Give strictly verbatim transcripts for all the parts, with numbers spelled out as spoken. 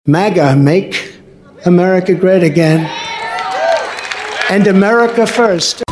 MAGA, make America great again, and America first.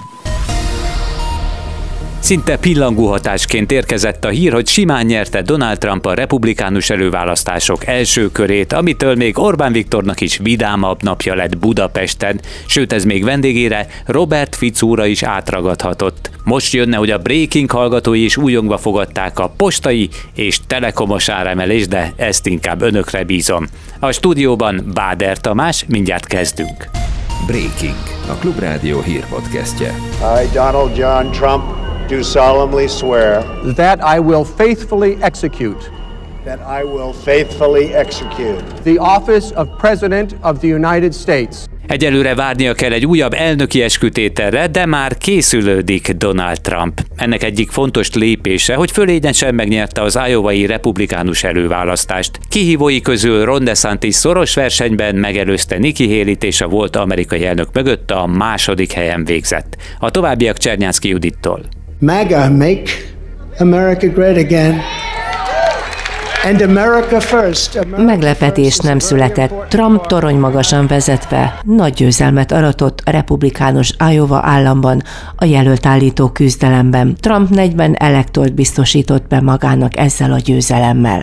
Szinte pillangóhatásként érkezett a hír, hogy simán nyerte Donald Trump a republikánus előválasztások első körét, amitől még Orbán Viktornak is vidámabb napja lett Budapesten, sőt ez még vendégére, Robert Ficóra is átragadhatott. Most jönne, hogy a Breaking hallgatói is újongva fogadták a postai és telekomos áremelést, de ezt inkább önökre bízom. A stúdióban Báder Tamás, mindjárt kezdünk. Breaking, a Klubrádió hírpodcastje. I, Donald John Trump, do solemnly swear that I will faithfully execute that I will faithfully execute the office of President of the United States. Egyelőre várnia kell egy újabb elnöki eskütételre, de már készülődik Donald Trump. Ennek egyik fontos lépése, hogy fölényesen megnyerte az iowai republikánus előválasztást. Kihívói közül Ron DeSantis szoros versenyben megelőzte Nikki Haley-t, és a volt amerikai elnök mögött a második helyen végzett. A továbbiak Csernyánszky Judittól. MAGA, make America great again, and America first. America Meglepetés nem született. Trump torony magasan vezetve nagy győzelmet aratott a republikánus Iowa államban a jelöltállító küzdelemben. Trump negyven elektort biztosított be magának ezzel a győzelemmel.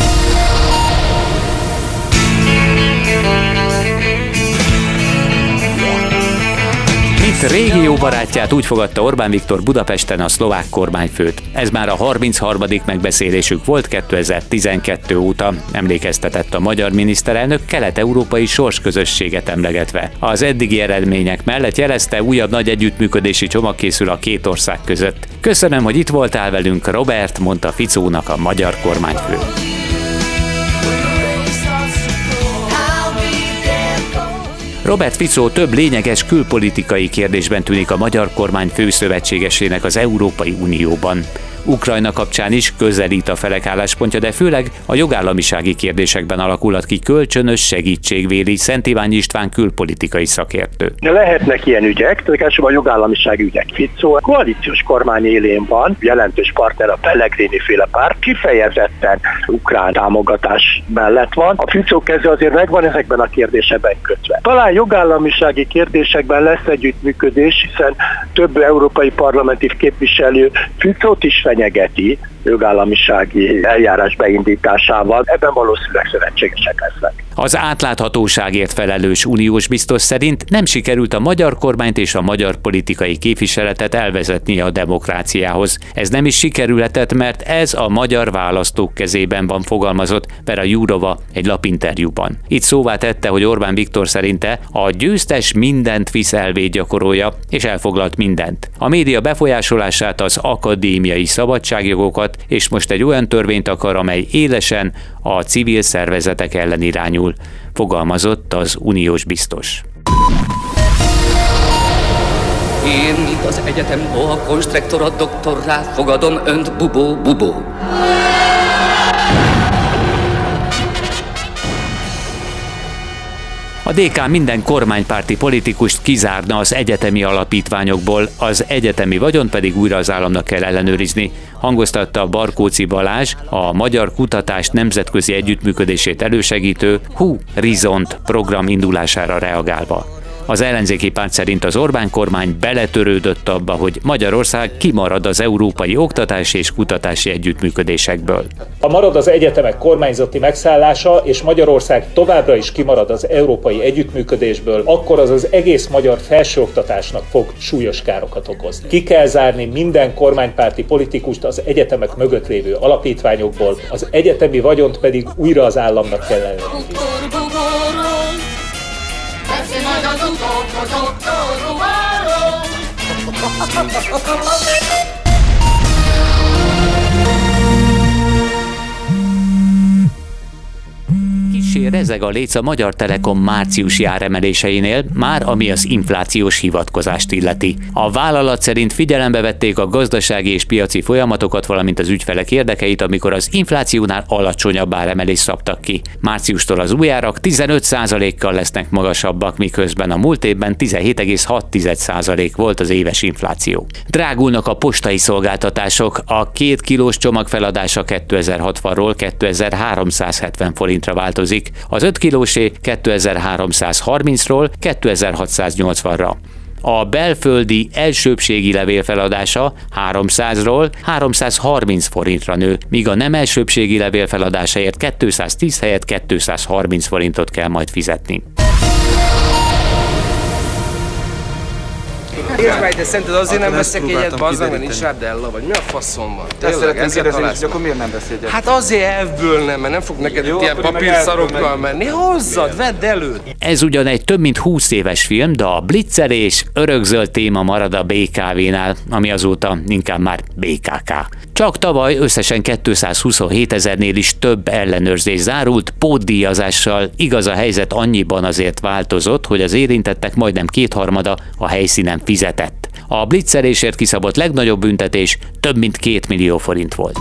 Mint régió barátját úgy fogadta Orbán Viktor Budapesten a szlovák kormányfőt. Ez már a harmincharmadik megbeszélésük volt kétezer-tizenkettő óta, emlékeztetett a magyar miniszterelnök kelet-európai sorsközösséget emlegetve. Az eddigi eredmények mellett jelezte, újabb nagy együttműködési csomag készül a két ország között. Köszönöm, hogy itt voltál velünk, Robert, mondta Ficónak a magyar kormányfő. Robert Fico több lényeges külpolitikai kérdésben tűnik a magyar kormány főszövetségesének az Európai Unióban. Ukrajna kapcsán is közelít a felek álláspontja, de főleg a jogállamisági kérdésekben alakulhat ki kölcsönös segítség, véli Szent Iványi István külpolitikai szakértő. Lehetnek ilyen ügyek, elsősorban a jogállamisági ügyek. Fico a koalíciós kormány élén van, jelentős partner a Pellegrini féle párt, kifejezetten ukrán támogatás mellett van. A Fico keze azért megvan ezekben a kérdésekben kötve. Talán jogállamisági kérdésekben lesz együttműködés, hiszen több európai parlamenti képviselő Ficót is fenyegeti jogállamisági eljárás beindításával, ebben valószínűleg szövetségesek lesznek. Az átláthatóságért felelős uniós biztos szerint nem sikerült a magyar kormányt és a magyar politikai képviseletet elvezetnie a demokráciához. Ez nem is sikerülhetett, mert ez a magyar választók kezében van, fogalmazott Vera Jourova egy lapinterjúban. Itt szóvá tette, hogy Orbán Viktor szerinte a győztes mindent visz elvét gyakorolja, és elfoglalt mindent. A média befolyásolását, az akadémiai szabadságjogokat, és most egy olyan törvényt akar, amely élesen a civil szervezetek ellen irányul, fogalmazott az uniós biztos. Én, mint az egyetem boa konstruktora doktorrá fogadom önt, bubó, bubó. A dé ká minden kormánypárti politikust kizárna az egyetemi alapítványokból, az egyetemi vagyont pedig újra az államnak kell ellenőrizni, hangoztatta Barkóczy Balázs, a Magyar Kutatás nemzetközi együttműködését elősegítő Horizont program indulására reagálva. Az ellenzéki párt szerint az Orbán kormány beletörődött abba, hogy Magyarország kimarad az európai oktatási és kutatási együttműködésekből. Ha marad az egyetemek kormányzati megszállása, és Magyarország továbbra is kimarad az európai együttműködésből, akkor az az egész magyar felsőoktatásnak fog súlyos károkat okozni. Ki kell zárni minden kormánypárti politikust az egyetemek mögött lévő alapítványokból, az egyetemi vagyont pedig újra az államnak kell ellenőrizni. Kissé rezeg a léc a Magyar Telekom márciusi áremeléseinél, már ami az inflációs hivatkozást illeti. A vállalat szerint figyelembe vették a gazdasági és piaci folyamatokat, valamint az ügyfelek érdekeit, amikor az inflációnál alacsonyabb áremelést szabtak ki. Márciustól az új árak tizenöt százalékkal lesznek magasabbak, miközben a múlt évben tizenhét egész hat százalék volt az éves infláció. Drágulnak a postai szolgáltatások, a két kilós csomag feladása kétezer-hatvanról kétezer-háromszázhetven forintra változik, emelték, az öt kilósé kétezer-háromszázharmincról kétezer-hatszáznyolcvanra. A belföldi elsőbbségi levél feladása háromszázról háromszázharminc forintra nő, míg a nem elsőbbségi levél feladásáért kétszáztíz helyett kétszázharminc forintot kell majd fizetni. Értsd meg, de szerinted azért nem veszek egyet, bazzag, mert nincs rá Della, vagy mi a faszom van? Tényleg, ezért kérdezni, hogy akkor miért nem vesz egyet? Hát azért elvből nem, mert nem fog neked itt ilyen papírszarokkal menni. Hozzad, vedd elő! Ez ugyan egy több mint húsz éves film, de a blitzelés örökzöld téma marad a bé ká vé-nál, ami azóta inkább már bé ká ká. Csak tavaly összesen kétszázhuszonhét ezernél is több ellenőrzés zárult, pótdíjazással. Igaz, a helyzet annyiban azért változott, hogy az érintettek majdnem kétharmada a helyszínen fizetett. A blitzelésért kiszabott legnagyobb büntetés több mint két millió forint volt.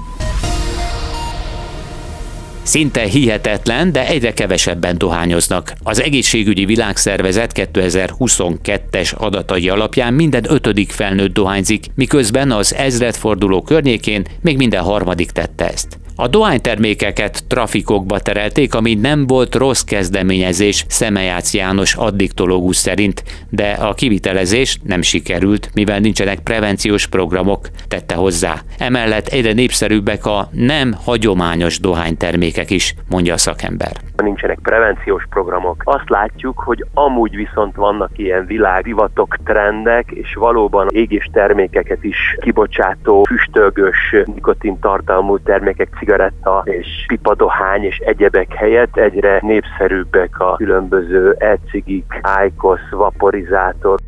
Szinte hihetetlen, de egyre kevesebben dohányoznak. Az Egészségügyi Világszervezet kétezer-huszonkettes adatai alapján minden ötödik felnőtt dohányzik, miközben az ezredforduló környékén még minden harmadik tette ezt. A dohánytermékeket trafikokba terelték, ami nem volt rossz kezdeményezés Szemejács János addiktológus szerint, de a kivitelezés nem sikerült, mivel nincsenek prevenciós programok, tette hozzá. Emellett egyre népszerűbbek a nem hagyományos dohánytermékek is, mondja a szakember. Nincsenek prevenciós programok. Azt látjuk, hogy amúgy viszont vannak ilyen világdivatok, trendek, és valóban égés termékeket is kibocsátó, füstögös, nikotintartalmú termékek, cigaretta és pipadohány és egyebek helyett egyre népszerűbbek a különböző e-cigik, ájkosz, vaporizátor.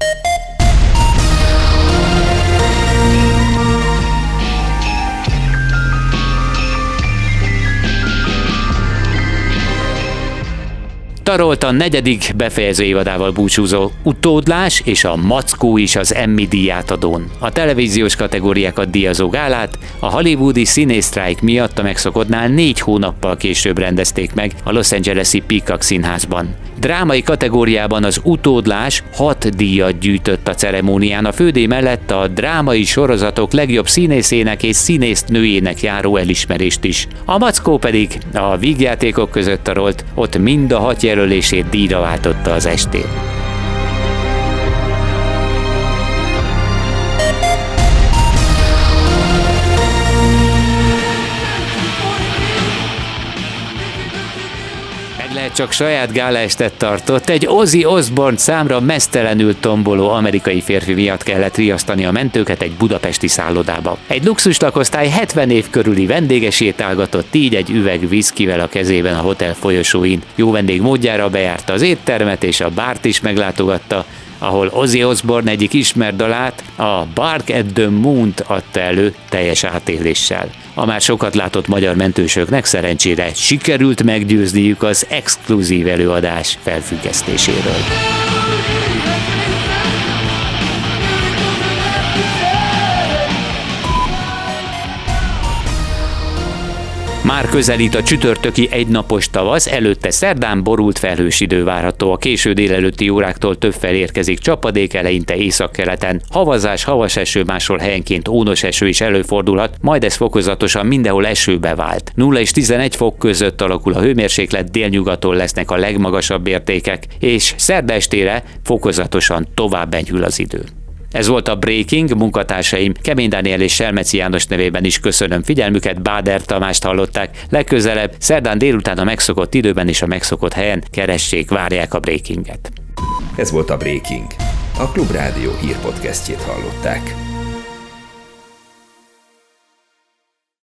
Tarolt a negyedik befejező évadával búcsúzó Utódlás és a Mackó is az Emmy díját adón. A televíziós kategóriákat díjazó gálát a hollywoodi színészsztrájk miatt a megszokottnál négy hónappal később rendezték meg a Los Angeles-i Peacock színházban. Drámai kategóriában az Utódlás hat díjat gyűjtött a ceremónián, a fődíj mellett a drámai sorozatok legjobb színészének és színésznőjének járó elismerést is. A Mackó pedig a vígjátékok között tarolt, ott mind a hat jelölését díjra váltotta az estén. Lehet csak saját gálaestet tartott, egy Ozzy Osbourne számra meztelenül tomboló amerikai férfi miatt kellett riasztani a mentőket egy budapesti szállodába. Egy luxuslakosztály hetven év körüli vendége sétálgatott így egy üveg viszkivel a kezében a hotel folyosóin. Jó vendég módjára bejárta az éttermet és a bárt is meglátogatta, ahol Ozzy Osbourne egyik ismert dalát, a Bark at the Moon-t adta elő teljes átéléssel. A már sokat látott magyar mentősöknek szerencsére sikerült meggyőzniük az exkluzív előadás felfüggesztéséről. Már közelít a csütörtöki egynapos tavasz, előtte szerdán borult felhős idő várható. A késő délelőtti óráktól többfelé érkezik csapadék, eleinte északkeleten. Havazás, havas eső, máshol helyenként ónos eső is előfordulhat, majd ez fokozatosan mindenhol esőbe vált. nulla és tizenegy fok között alakul a hőmérséklet, délnyugaton lesznek a legmagasabb értékek, és szerda estére fokozatosan tovább enyhül az idő. Ez volt a Breaking, munkatársaim Kemény Dániel és Selmeci János nevében is köszönöm figyelmüket, Báder Tamást hallották. Legközelebb szerdán délután a megszokott időben és a megszokott helyen keressék, várják a Breakinget. Ez volt a Breaking. A Klubrádió hírpodcastjét hallották.